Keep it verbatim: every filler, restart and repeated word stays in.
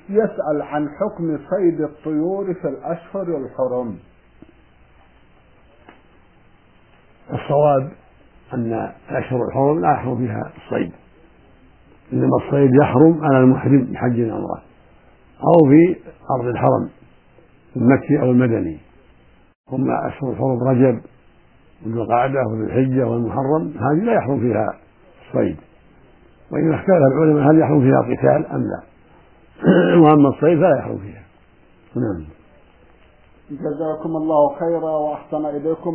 يسأل عن حكم صيد الطيور في الأشهر الحرم. الصواب أن الأشهر الحرم لا يحرم فيها الصيد، إنما الصيد يحرم على المحرم بحج وعمرة أو في أرض الحرم المكي أو المدني. هم أشهر الحرم رجب وذو القعدة وذو الحجة والمحرم، هذه لا يحرم فيها الصيد، وإن اختلف العلماء هل يحرم فيها القتال أم لا. وأما الصيد فلا يحرم فيها. نعم. جزاكم الله خيرا وأحسن إليكم.